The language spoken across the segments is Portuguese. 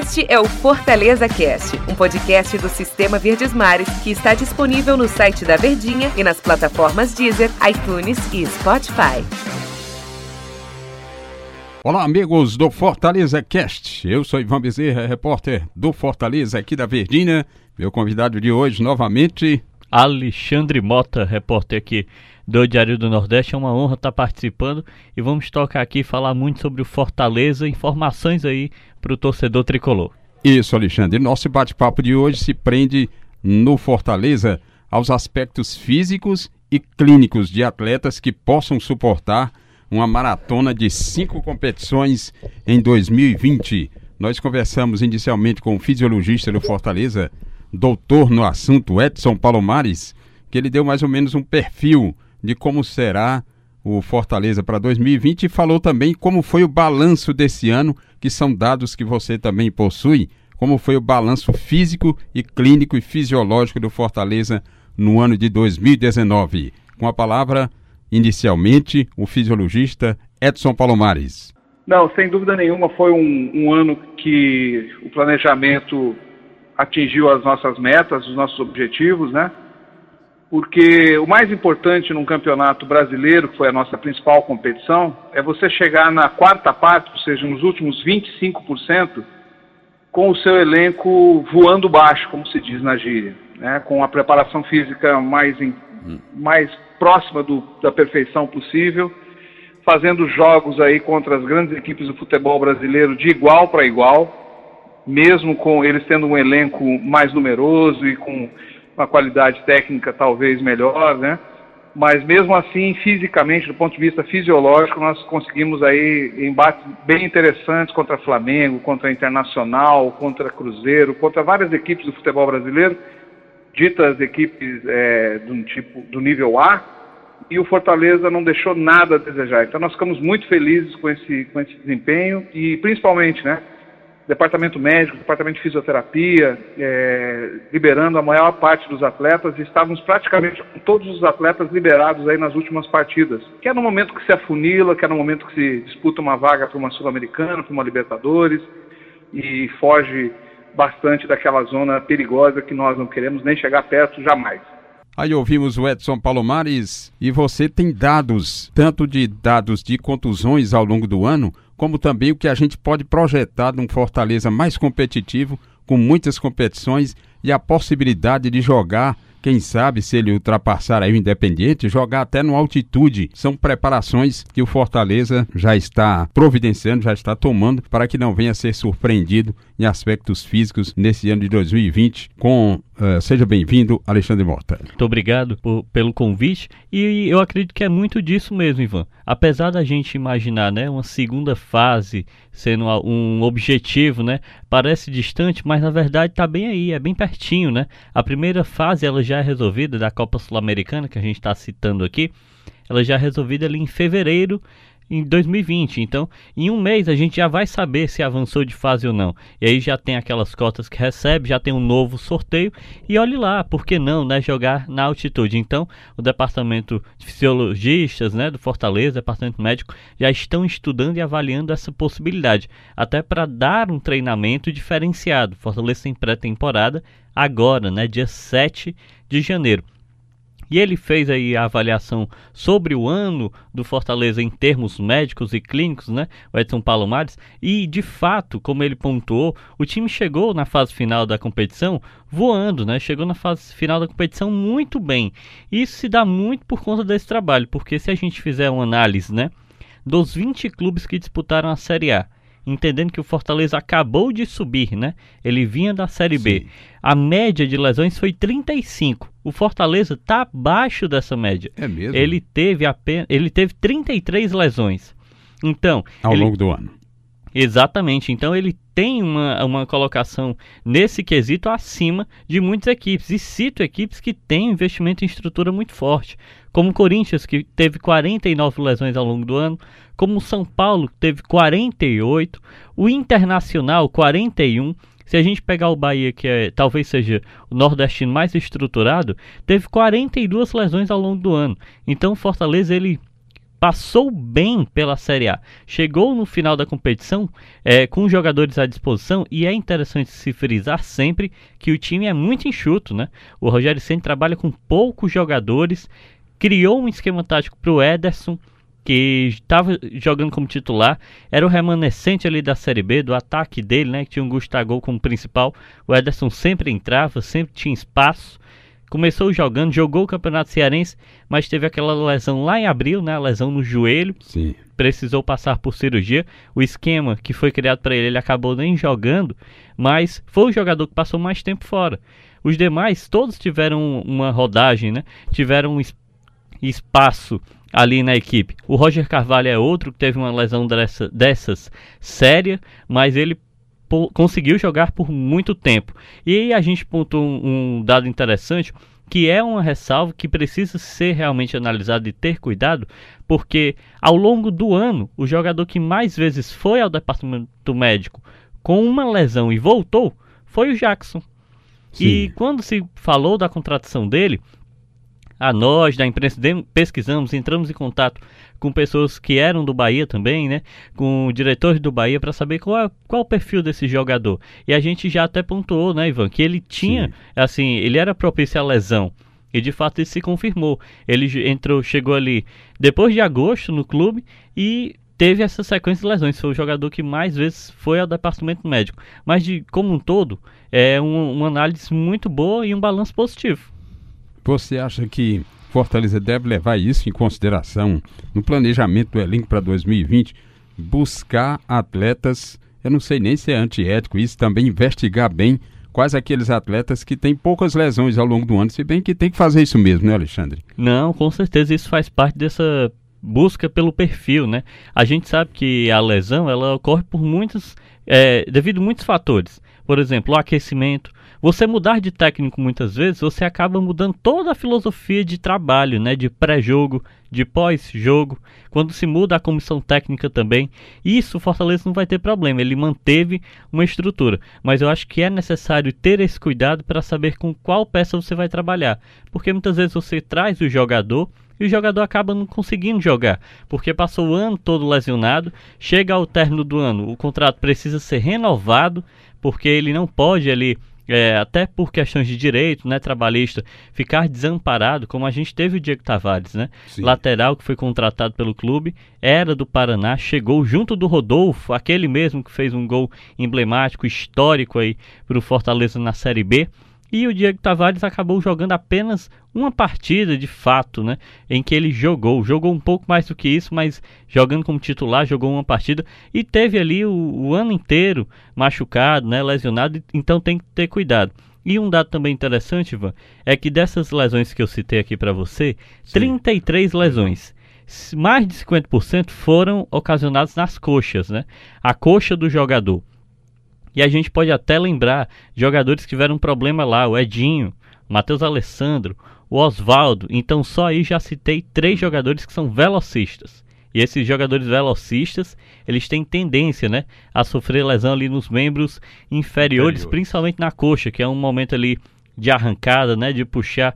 Este é o Fortaleza Cast, um podcast do Sistema Verdes Mares que está disponível no site da Verdinha e nas plataformas Deezer, iTunes e Spotify. Olá, amigos do Fortaleza Cast. Eu sou Ivan Bezerra, repórter do Fortaleza aqui da Verdinha. Meu convidado de hoje, novamente, Alexandre Mota, repórter aqui do Diário do Nordeste. É uma honra estar participando e vamos tocar aqui e falar muito sobre o Fortaleza, informações aí para o torcedor tricolor. Isso, Alexandre. Nosso bate-papo de hoje se prende no Fortaleza aos aspectos físicos e clínicos de atletas que possam suportar uma maratona de 5 competições em 2020. Nós conversamos inicialmente com o fisiologista do Fortaleza, doutor no assunto Edson Palomares, que ele deu mais ou menos um perfil de como será o Fortaleza para 2020 e falou também como foi o balanço desse ano, que são dados que você também possui, como foi o balanço físico e clínico e fisiológico do Fortaleza no ano de 2019. Com a palavra, inicialmente, o fisiologista Edson Palomares. Não, sem dúvida nenhuma, foi um ano que o planejamento atingiu as nossas metas, os nossos objetivos, né? Porque o mais importante num campeonato brasileiro, que foi a nossa principal competição, é você chegar na quarta parte, ou seja, nos últimos 25%, com o seu elenco voando baixo, como se diz na gíria, né? Com a preparação física mais próxima da perfeição possível, fazendo jogos aí contra as grandes equipes do futebol brasileiro de igual para igual, mesmo com eles tendo um elenco mais numeroso e com uma qualidade técnica talvez melhor, né? Mas mesmo assim, fisicamente, do ponto de vista fisiológico, nós conseguimos aí embates bem interessantes contra Flamengo, contra Internacional, contra Cruzeiro, contra várias equipes do futebol brasileiro, ditas equipes do nível A, e o Fortaleza não deixou nada a desejar. Então nós ficamos muito felizes com esse desempenho e principalmente, né, departamento médico, departamento de fisioterapia, liberando a maior parte dos atletas, e estávamos praticamente com todos os atletas liberados aí nas últimas partidas, que é no momento que se afunila, que é no momento que se disputa uma vaga para uma Sul-Americana, para uma Libertadores, e foge bastante daquela zona perigosa que nós não queremos nem chegar perto jamais. Aí ouvimos o Edson Palomares, e você tem dados, tanto de dados de contusões ao longo do ano, como também o que a gente pode projetar de um Fortaleza mais competitivo, com muitas competições e a possibilidade de jogar, quem sabe, se ele ultrapassar aí o Independiente, jogar até no altitude. São preparações que o Fortaleza já está providenciando, já está tomando, para que não venha a ser surpreendido em aspectos físicos nesse ano de 2020. Seja bem-vindo, Alexandre Mota. Muito obrigado pelo convite, e eu acredito que é muito disso mesmo, Ivan. Apesar da gente imaginar, né, uma segunda fase sendo um objetivo, né, parece distante, mas na verdade está bem aí, é bem pertinho, né? A primeira fase ela já é resolvida, da Copa Sul-Americana, que a gente está citando aqui, ela já é resolvida ali em fevereiro em 2020, então em um mês a gente já vai saber se avançou de fase ou não, e aí já tem aquelas cotas que recebe, já tem um novo sorteio, e olhe lá, por que não, né, jogar na altitude. Então o departamento de fisiologistas, né, do Fortaleza, departamento médico, já estão estudando e avaliando essa possibilidade, até para dar um treinamento diferenciado. Fortaleza tem pré-temporada agora, né, dia 7 de janeiro. E ele fez aí a avaliação sobre o ano do Fortaleza em termos médicos e clínicos, né? O Edson Palomares. E, de fato, como ele pontuou, o time chegou na fase final da competição voando, né? Chegou na fase final da competição muito bem. Isso se dá muito por conta desse trabalho, porque se a gente fizer uma análise, né, dos 20 clubes que disputaram a Série A, entendendo que o Fortaleza acabou de subir, né? Ele vinha da Série B. A média de lesões foi 35. O Fortaleza está abaixo dessa média. É mesmo? Ele teve 33 lesões. Então, ao longo do ano. Exatamente. Então ele tem uma colocação nesse quesito acima de muitas equipes. E cito equipes que têm investimento em estrutura muito forte, como o Corinthians, que teve 49 lesões ao longo do ano, como o São Paulo, que teve 48, o Internacional, 41. Se a gente pegar o Bahia, que talvez seja o nordestino mais estruturado, teve 42 lesões ao longo do ano. Então o Fortaleza, ele passou bem pela Série A. Chegou no final da competição com os jogadores à disposição, e é interessante se frisar sempre que o time é muito enxuto, né? O Rogério Ceni trabalha com poucos jogadores, criou um esquema tático para o Ederson, que estava jogando como titular, era o remanescente ali da Série B, do ataque dele, né, que tinha um Gustavo como principal. O Ederson sempre entrava, sempre tinha espaço. Começou jogando, jogou o Campeonato Cearense, mas teve aquela lesão lá em abril, né, a lesão no joelho. Sim. Precisou passar por cirurgia. O esquema que foi criado para ele acabou nem jogando, mas foi o jogador que passou mais tempo fora. Os demais, todos tiveram uma rodagem, né, tiveram um espaço ali na equipe. O Roger Carvalho é outro que teve uma lesão dessas séria, mas ele conseguiu jogar por muito tempo. E aí a gente pontuou um dado interessante, que é uma ressalva que precisa ser realmente analisada e ter cuidado, porque ao longo do ano, o jogador que mais vezes foi ao departamento médico com uma lesão e voltou, foi o Jackson. Sim. E quando se falou da contratação dele, nós da imprensa pesquisamos, entramos em contato com pessoas que eram do Bahia também, né, com diretores do Bahia, para saber qual o perfil desse jogador. E a gente já até pontuou, né, Ivan, que ele tinha, sim, assim, ele era propício à lesão. E de fato isso se confirmou. Ele chegou ali depois de agosto no clube e teve essa sequência de lesões. Foi o jogador que mais vezes foi ao departamento médico. Mas como um todo, é uma análise muito boa e um balanço positivo. Você acha que Fortaleza deve levar isso em consideração no planejamento do elenco para 2020? Buscar atletas, eu não sei nem se é antiético isso, também investigar bem quais aqueles atletas que têm poucas lesões ao longo do ano, se bem que tem que fazer isso mesmo, né, Alexandre? Não, com certeza isso faz parte dessa busca pelo perfil, né? A gente sabe que a lesão, ela ocorre por devido a muitos fatores. Por exemplo, o aquecimento. Você mudar de técnico muitas vezes, você acaba mudando toda a filosofia de trabalho, né? De pré-jogo, de pós-jogo. Quando se muda a comissão técnica também, isso o Fortaleza não vai ter problema. Ele manteve uma estrutura. Mas eu acho que é necessário ter esse cuidado para saber com qual peça você vai trabalhar. Porque muitas vezes você traz o jogador e o jogador acaba não conseguindo jogar, porque passou o ano todo lesionado, chega ao término do ano, o contrato precisa ser renovado, porque ele não pode ali, até por questões de direito, né, trabalhista, ficar desamparado, como a gente teve o Diego Tavares, né? Sim. Lateral que foi contratado pelo clube, era do Paraná, chegou junto do Rodolfo, aquele mesmo que fez um gol emblemático, histórico aí para o Fortaleza na Série B. E o Diego Tavares acabou jogando apenas uma partida de fato, né, em que ele jogou um pouco mais do que isso, mas jogando como titular, jogou uma partida e teve ali o ano inteiro machucado, né, lesionado, então tem que ter cuidado. E um dado também interessante, Ivan, é que dessas lesões que eu citei aqui para você, sim, 33 lesões, mais de 50% foram ocasionadas nas coxas, né, a coxa do jogador. E a gente pode até lembrar de jogadores que tiveram um problema lá, o Edinho, o Matheus Alessandro, o Osvaldo. Então só aí já citei 3 jogadores que são velocistas. E esses jogadores velocistas, eles têm tendência, né, a sofrer lesão ali nos membros inferiores, principalmente na coxa, que é um momento ali de arrancada, né, de puxar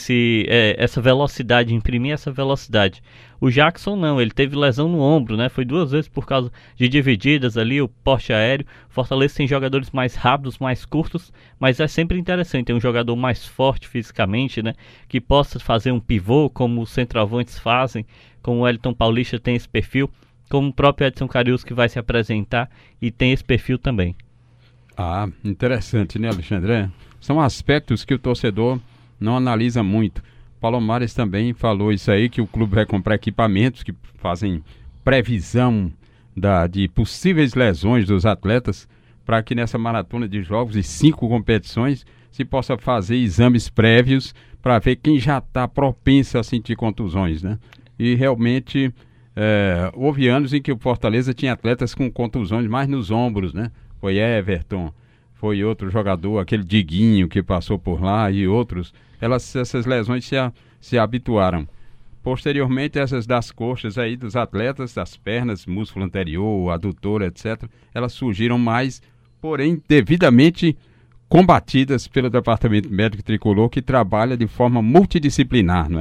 essa velocidade, imprimir essa velocidade. O Jackson não, ele teve lesão no ombro, né, foi 2 vezes por causa de divididas ali, o porte aéreo. Fortaleza tem jogadores mais rápidos, mais curtos, mas é sempre interessante ter um jogador mais forte fisicamente, né, que possa fazer um pivô, como os centroavantes fazem, como o Elton Paulista tem esse perfil, como o próprio Edson Carius que vai se apresentar e tem esse perfil também. Ah, interessante, né, Alexandre? São aspectos que o torcedor não analisa muito. Palomares também falou isso aí, que o clube vai comprar equipamentos que fazem previsão de possíveis lesões dos atletas, para que nessa maratona de jogos e 5 competições se possa fazer exames prévios para ver quem já está propenso a sentir contusões, né? E realmente houve anos em que o Fortaleza tinha atletas com contusões mais nos ombros, né? Foi Everton, foi outro jogador, aquele Diguinho que passou por lá e outros. Essas lesões se habituaram. Posteriormente, essas das coxas aí dos atletas, das pernas, músculo anterior, adutor, etc., elas surgiram mais, porém, devidamente combatidas pelo Departamento Médico Tricolor, que trabalha de forma multidisciplinar, não é?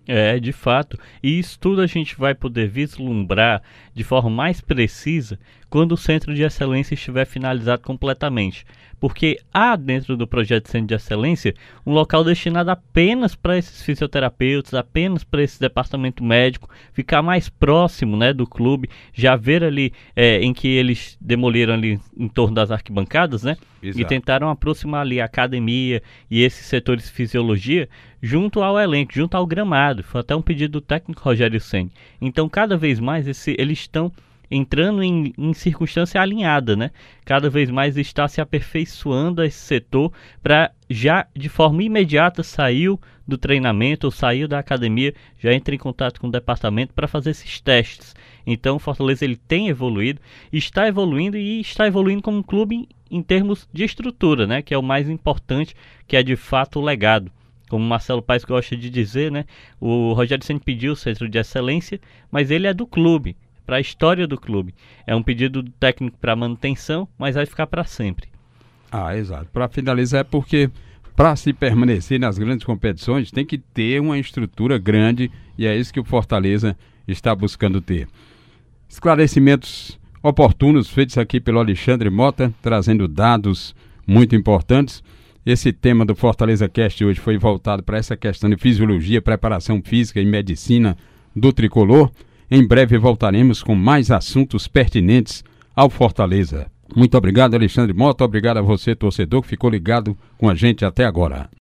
De fato, e isso tudo a gente vai poder vislumbrar de forma mais precisa quando o Centro de Excelência estiver finalizado completamente. Porque há dentro do projeto Centro de Excelência um local destinado apenas para esses fisioterapeutas, apenas para esse departamento médico, ficar mais próximo, né, do clube, já ver ali em que eles demoliram ali em torno das arquibancadas, né? Exato. E tentaram aproximar ali a academia e esses setores de fisiologia junto ao elenco, junto ao gramado. Foi até um pedido do técnico Rogério Ceni. Então, cada vez mais eles estão entrando em circunstância alinhada, né? Cada vez mais está se aperfeiçoando esse setor para já de forma imediata saiu do treinamento ou saiu da academia, já entra em contato com o departamento para fazer esses testes. Então o Fortaleza ele tem evoluído, está evoluindo e está evoluindo como um clube em termos de estrutura, né? Que é o mais importante, que é de fato o legado. Como o Marcelo Paes gosta de dizer, né? O Rogério Ceni pediu o Centro de Excelência, mas ele é do clube, para a história do clube. É um pedido do técnico para manutenção, mas vai ficar para sempre. Exato. Para finalizar, é porque para se permanecer nas grandes competições tem que ter uma estrutura grande e é isso que o Fortaleza está buscando ter. Esclarecimentos oportunos feitos aqui pelo Alexandre Mota, trazendo dados muito importantes. Esse tema do Fortaleza Cast hoje foi voltado para essa questão de fisiologia, preparação física e medicina do tricolor. Em breve voltaremos com mais assuntos pertinentes ao Fortaleza. Muito obrigado, Alexandre Mota. Obrigado a você, torcedor, que ficou ligado com a gente até agora.